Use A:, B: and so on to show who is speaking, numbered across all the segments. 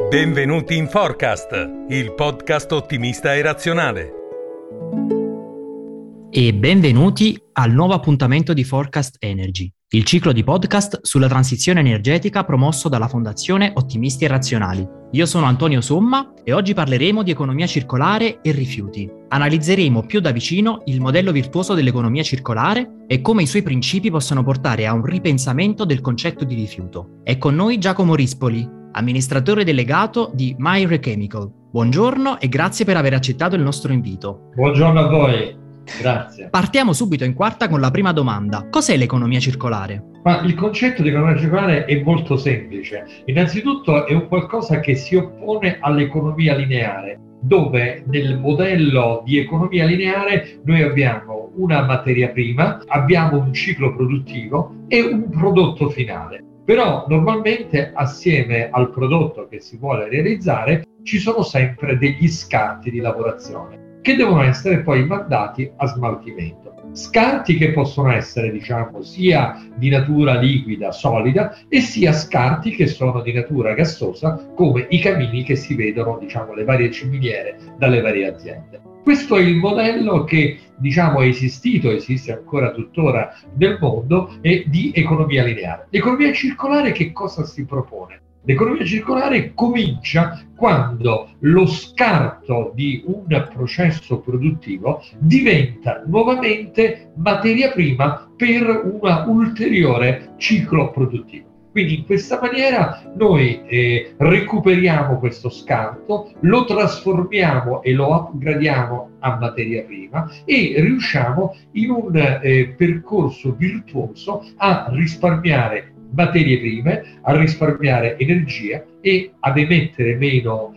A: Benvenuti in Forecast, il podcast ottimista e razionale.
B: E benvenuti al nuovo appuntamento di Forecast Energy, il ciclo di podcast sulla transizione energetica promosso dalla Fondazione Ottimisti e Razionali. Io sono Antonio Somma e oggi parleremo di economia circolare e rifiuti. Analizzeremo più da vicino il modello virtuoso dell'economia circolare e come i suoi principi possono portare a un ripensamento del concetto di rifiuto. È con noi Giacomo Rispoli, amministratore delegato di MyRechemical. Buongiorno e grazie per aver accettato il nostro invito.
C: Buongiorno a voi, grazie.
B: Partiamo subito in quarta con la prima domanda. Cos'è l'economia circolare?
C: Ma il concetto di economia circolare è molto semplice. Innanzitutto è un qualcosa che si oppone all'economia lineare, dove nel modello di economia lineare noi abbiamo una materia prima, abbiamo un ciclo produttivo e un prodotto finale. Però normalmente assieme al prodotto che si vuole realizzare ci sono sempre degli scarti di lavorazione che devono essere poi mandati a smaltimento. Scarti che possono essere, sia di natura liquida, solida, e sia scarti che sono di natura gassosa, come i camini che si vedono, le varie ciminiere dalle varie aziende. Questo è il modello che, esiste ancora tuttora nel mondo, di economia lineare. L'economia circolare che cosa si propone? L'economia circolare comincia quando lo scarto di un processo produttivo diventa nuovamente materia prima per un ulteriore ciclo produttivo. Quindi in questa maniera noi recuperiamo questo scarto, lo trasformiamo e lo upgradiamo a materia prima e riusciamo in un percorso virtuoso a risparmiare materie prime, a risparmiare energia e ad emettere meno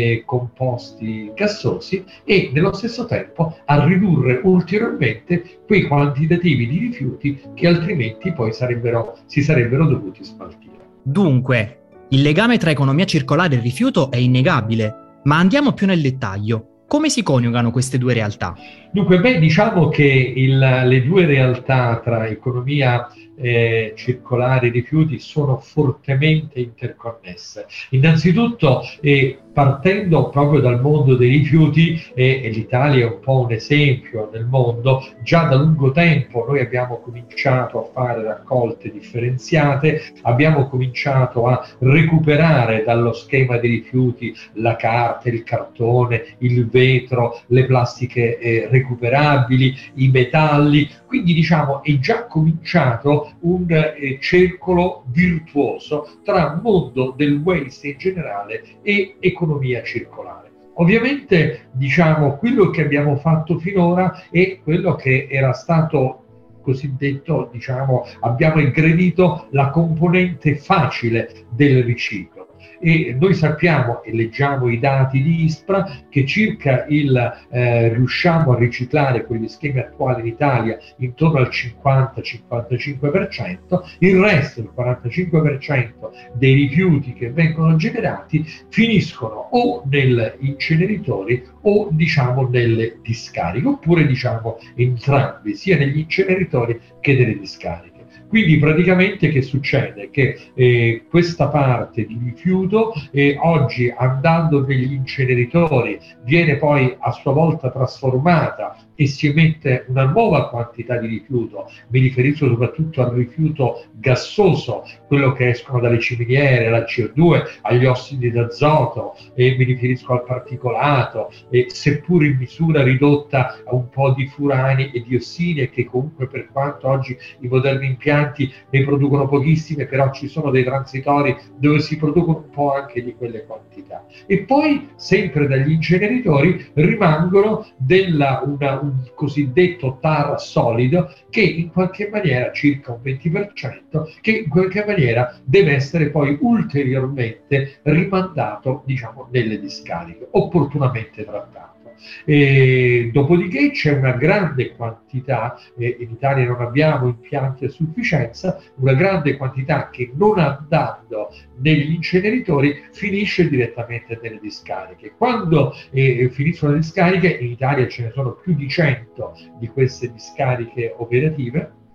C: composti gassosi e nello stesso tempo a ridurre ulteriormente quei quantitativi di rifiuti che altrimenti poi si sarebbero dovuti smaltire.
B: Dunque, il legame tra economia circolare e rifiuto è innegabile, ma andiamo più nel dettaglio. Come si coniugano queste due realtà?
C: Dunque, diciamo che le due realtà tra economia circolare e rifiuti sono fortemente interconnesse. Innanzitutto, partendo proprio dal mondo dei rifiuti, e l'Italia è un po' un esempio nel mondo, già da lungo tempo noi abbiamo cominciato a fare raccolte differenziate, abbiamo cominciato a recuperare dallo schema dei rifiuti la carta, il cartone, il vetro, le plastiche recuperabili, i metalli, quindi è già cominciato un circolo virtuoso tra mondo del waste in generale e economia circolare. Ovviamente quello che abbiamo fatto finora è quello che era stato cosiddetto, abbiamo aggredito la componente facile del riciclo. E noi sappiamo e leggiamo i dati di ISPRA che circa riusciamo a riciclare con gli schemi attuali in Italia intorno al 50-55%, il resto, il 45% dei rifiuti che vengono generati finiscono o negli inceneritori o nelle discariche, oppure entrambi, sia negli inceneritori che nelle discariche. Quindi praticamente che succede? Che questa parte di rifiuto oggi, andando negli inceneritori, viene poi a sua volta trasformata e si emette una nuova quantità di rifiuto. Mi riferisco soprattutto al rifiuto gassoso, quello che escono dalle ciminiere, alla CO2, agli ossidi d'azoto, e mi riferisco al particolato, seppur in misura ridotta a un po' di furani e diossine, che comunque, per quanto oggi i moderni impianti ne producono pochissime, però ci sono dei transitori dove si producono un po' anche di quelle quantità. E poi, sempre dagli inceneritori, rimangono un cosiddetto tar solido, che in qualche maniera, circa un 20%, che in qualche maniera deve essere poi ulteriormente rimandato, nelle discariche, opportunamente trattato. Dopodiché c'è una grande quantità, in Italia non abbiamo impianti a sufficienza, una grande quantità che, non andando negli inceneritori, finisce direttamente nelle discariche. Quando finiscono le discariche, in Italia ce ne sono più di 100 di queste discariche operative,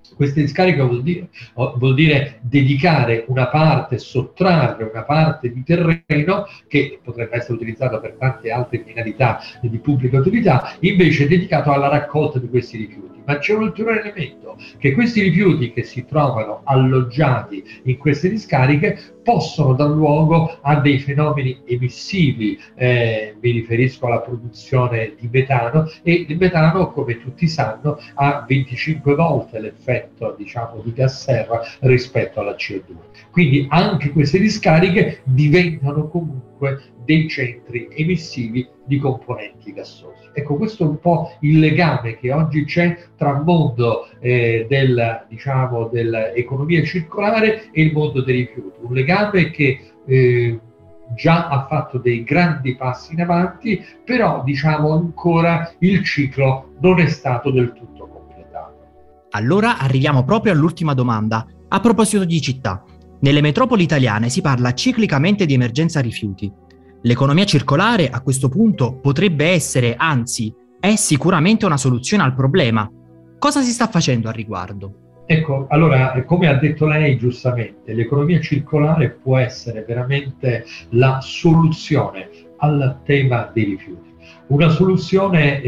C: Queste discariche vuol dire dedicare una parte, sottrarre una parte di terreno che potrebbe essere utilizzato per tante altre finalità di pubblica utilità, invece dedicato alla raccolta di questi rifiuti. Ma c'è un ulteriore elemento, che questi rifiuti che si trovano alloggiati in queste discariche possono dar luogo a dei fenomeni emissivi, mi riferisco alla produzione di metano, e il metano, come tutti sanno, ha 25 volte l'effetto, diciamo, di gas serra rispetto alla CO2. Quindi anche queste discariche diventano comunque dei centri emissivi di componenti gassosi. Ecco, questo è un po' il legame che oggi c'è tra il mondo dell'economia circolare e il mondo dei rifiuti. Un legame che già ha fatto dei grandi passi in avanti, però diciamo ancora il ciclo non è stato del tutto completato.
B: Allora arriviamo proprio all'ultima domanda. A proposito di città, nelle metropoli italiane si parla ciclicamente di emergenza rifiuti. L'economia circolare a questo punto potrebbe essere, anzi, è sicuramente una soluzione al problema. Cosa si sta facendo al riguardo?
C: Ecco, allora, come ha detto lei giustamente, l'economia circolare può essere veramente la soluzione al tema dei rifiuti. Una soluzione,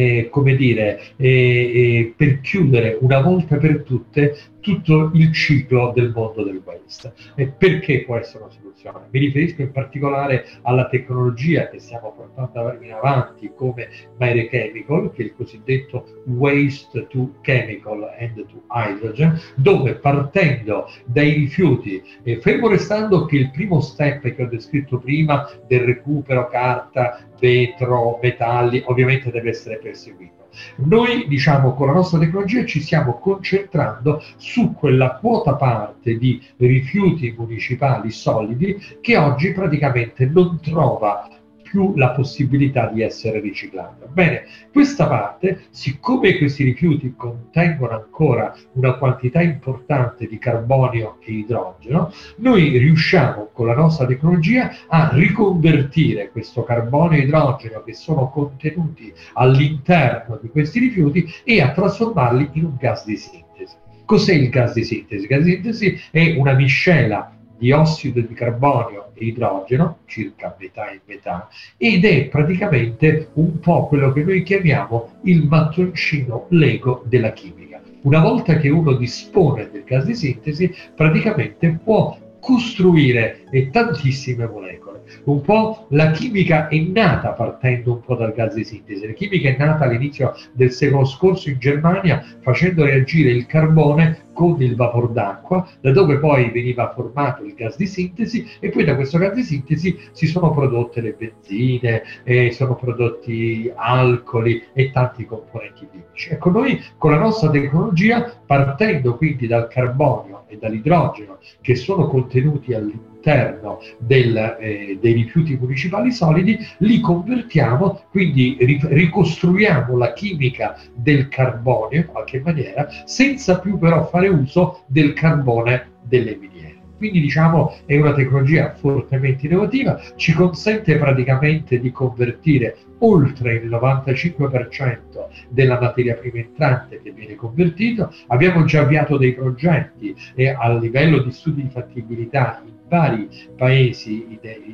C: per chiudere una volta per tutte tutto il ciclo del mondo del waste. E perché può essere una soluzione? Mi riferisco in particolare alla tecnologia che stiamo portando in avanti come MyRechemical, che è il cosiddetto Waste to Chemical and to Hydrogen, dove partendo dai rifiuti, fermo restando che il primo step che ho descritto prima del recupero carta, vetro, metalli, ovviamente deve essere perseguito. Noi, diciamo, con la nostra tecnologia ci stiamo concentrando su quella quota parte di rifiuti municipali solidi che oggi praticamente non trova più la possibilità di essere riciclata. Bene, questa parte, siccome questi rifiuti contengono ancora una quantità importante di carbonio e idrogeno, noi riusciamo con la nostra tecnologia a riconvertire questo carbonio e idrogeno che sono contenuti all'interno di questi rifiuti e a trasformarli in un gas di sintesi. Cos'è il gas di sintesi? Il gas di sintesi è una miscela di ossido di carbonio e idrogeno, circa metà e metà, ed è praticamente un po' quello che noi chiamiamo il mattoncino Lego della chimica. Una volta che uno dispone del gas di sintesi, praticamente può costruire tantissime molecole. Un po' la chimica è nata partendo un po' dal gas di sintesi. La chimica è nata all'inizio del secolo scorso in Germania facendo reagire il carbone con il vapor d'acqua, da dove poi veniva formato il gas di sintesi, e poi da questo gas di sintesi si sono prodotte le benzine, sono prodotti alcoli e tanti componenti chimici. Ecco, noi con la nostra tecnologia, partendo quindi dal carbonio e dall'idrogeno che sono contenuti all'interno dei rifiuti municipali solidi, li convertiamo, quindi ricostruiamo la chimica del carbonio in qualche maniera, senza più però fare uso del carbone delle miniere. Quindi diciamo è una tecnologia fortemente innovativa, ci consente praticamente di convertire oltre il 95% della materia prima entrante che viene convertito. Abbiamo già avviato dei progetti a livello di studi di fattibilità in vari paesi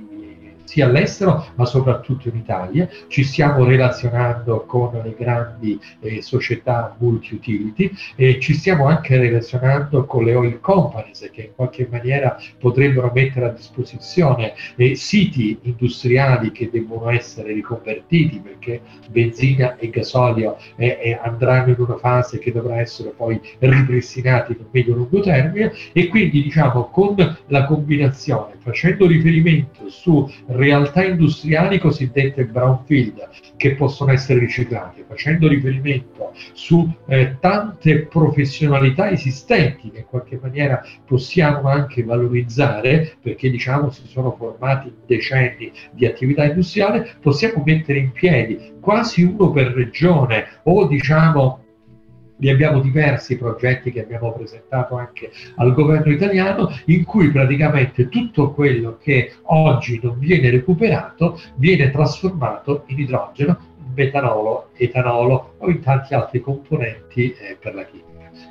C: sia all'estero ma soprattutto in Italia. Ci stiamo relazionando con le grandi società multi-utility e ci stiamo anche relazionando con le oil companies che in qualche maniera potrebbero mettere a disposizione siti industriali che devono essere riconvertiti, perché benzina e gasolio andranno in una fase che dovrà essere poi ripristinati nel medio-lungo termine, e quindi diciamo con la combinazione, facendo riferimento su realtà industriali cosiddette brownfield che possono essere riciclate, facendo riferimento su tante professionalità esistenti che in qualche maniera possiamo anche valorizzare, perché diciamo si sono formati decenni di attività industriale, possiamo mettere in piedi quasi uno per regione, o diciamo ne abbiamo diversi progetti che abbiamo presentato anche al governo italiano, in cui praticamente tutto quello che oggi non viene recuperato viene trasformato in idrogeno, in metanolo, etanolo o in tanti altri componenti per la chimica.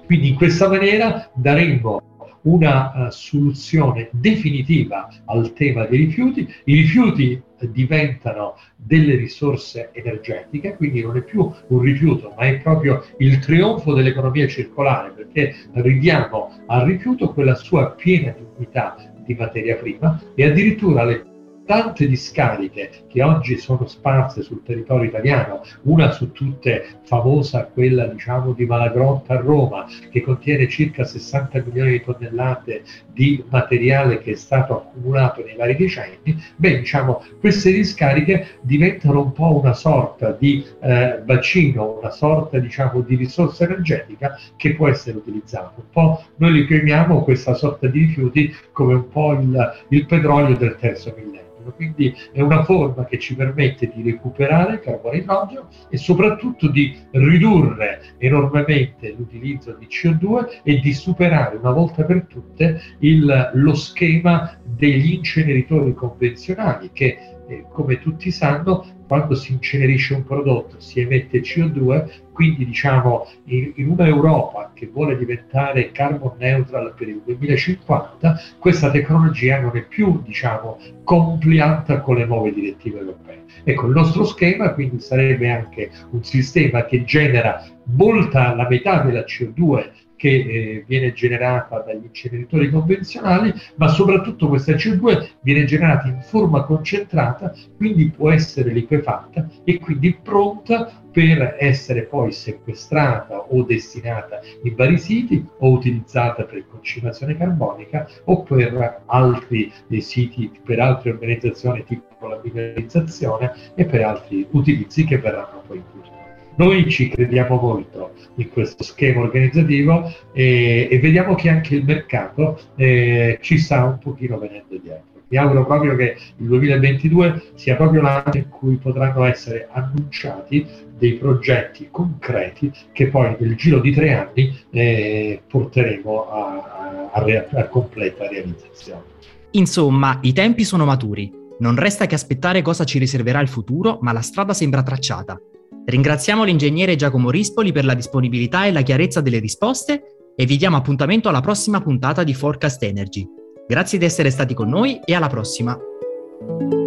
C: Quindi in questa maniera daremo una soluzione definitiva al tema dei rifiuti. I rifiuti diventano delle risorse energetiche, quindi non è più un rifiuto, ma è proprio il trionfo dell'economia circolare, perché ridiamo al rifiuto quella sua piena dignità di materia prima e addirittura le tante discariche che oggi sono sparse sul territorio italiano, una su tutte famosa, quella di Malagrotta a Roma, che contiene circa 60 milioni di tonnellate di materiale che è stato accumulato nei vari decenni. Queste discariche diventano un po' una sorta di bacino, una sorta di risorsa energetica che può essere utilizzata. Un po' noi li chiamiamo questa sorta di rifiuti come un po' il petrolio del terzo millennio. Quindi è una forma che ci permette di recuperare carbone e idrogeno e soprattutto di ridurre enormemente l'utilizzo di CO2 e di superare una volta per tutte lo schema degli inceneritori convenzionali che, come tutti sanno, quando si incenerisce un prodotto si emette CO2, quindi in una Europa che vuole diventare carbon neutral per il 2050, questa tecnologia non è più compliant con le nuove direttive europee. Ecco, il nostro schema quindi sarebbe anche un sistema che genera la metà della CO2 che viene generata dagli inceneritori convenzionali, ma soprattutto questa CO2 viene generata in forma concentrata, quindi può essere liquefatta e quindi pronta per essere poi sequestrata o destinata in vari siti o utilizzata per concimazione carbonica o per altri siti, per altre organizzazioni tipo la mineralizzazione e per altri utilizzi che verranno poi inclusi. Noi ci crediamo molto in questo schema organizzativo e vediamo che anche il mercato ci sta un pochino venendo dietro. Mi auguro proprio che il 2022 sia proprio l'anno in cui potranno essere annunciati dei progetti concreti che poi nel giro di 3 anni porteremo a completa realizzazione.
B: Insomma, i tempi sono maturi. Non resta che aspettare cosa ci riserverà il futuro, ma la strada sembra tracciata. Ringraziamo l'ingegnere Giacomo Rispoli per la disponibilità e la chiarezza delle risposte e vi diamo appuntamento alla prossima puntata di Forecast Energy. Grazie di essere stati con noi e alla prossima!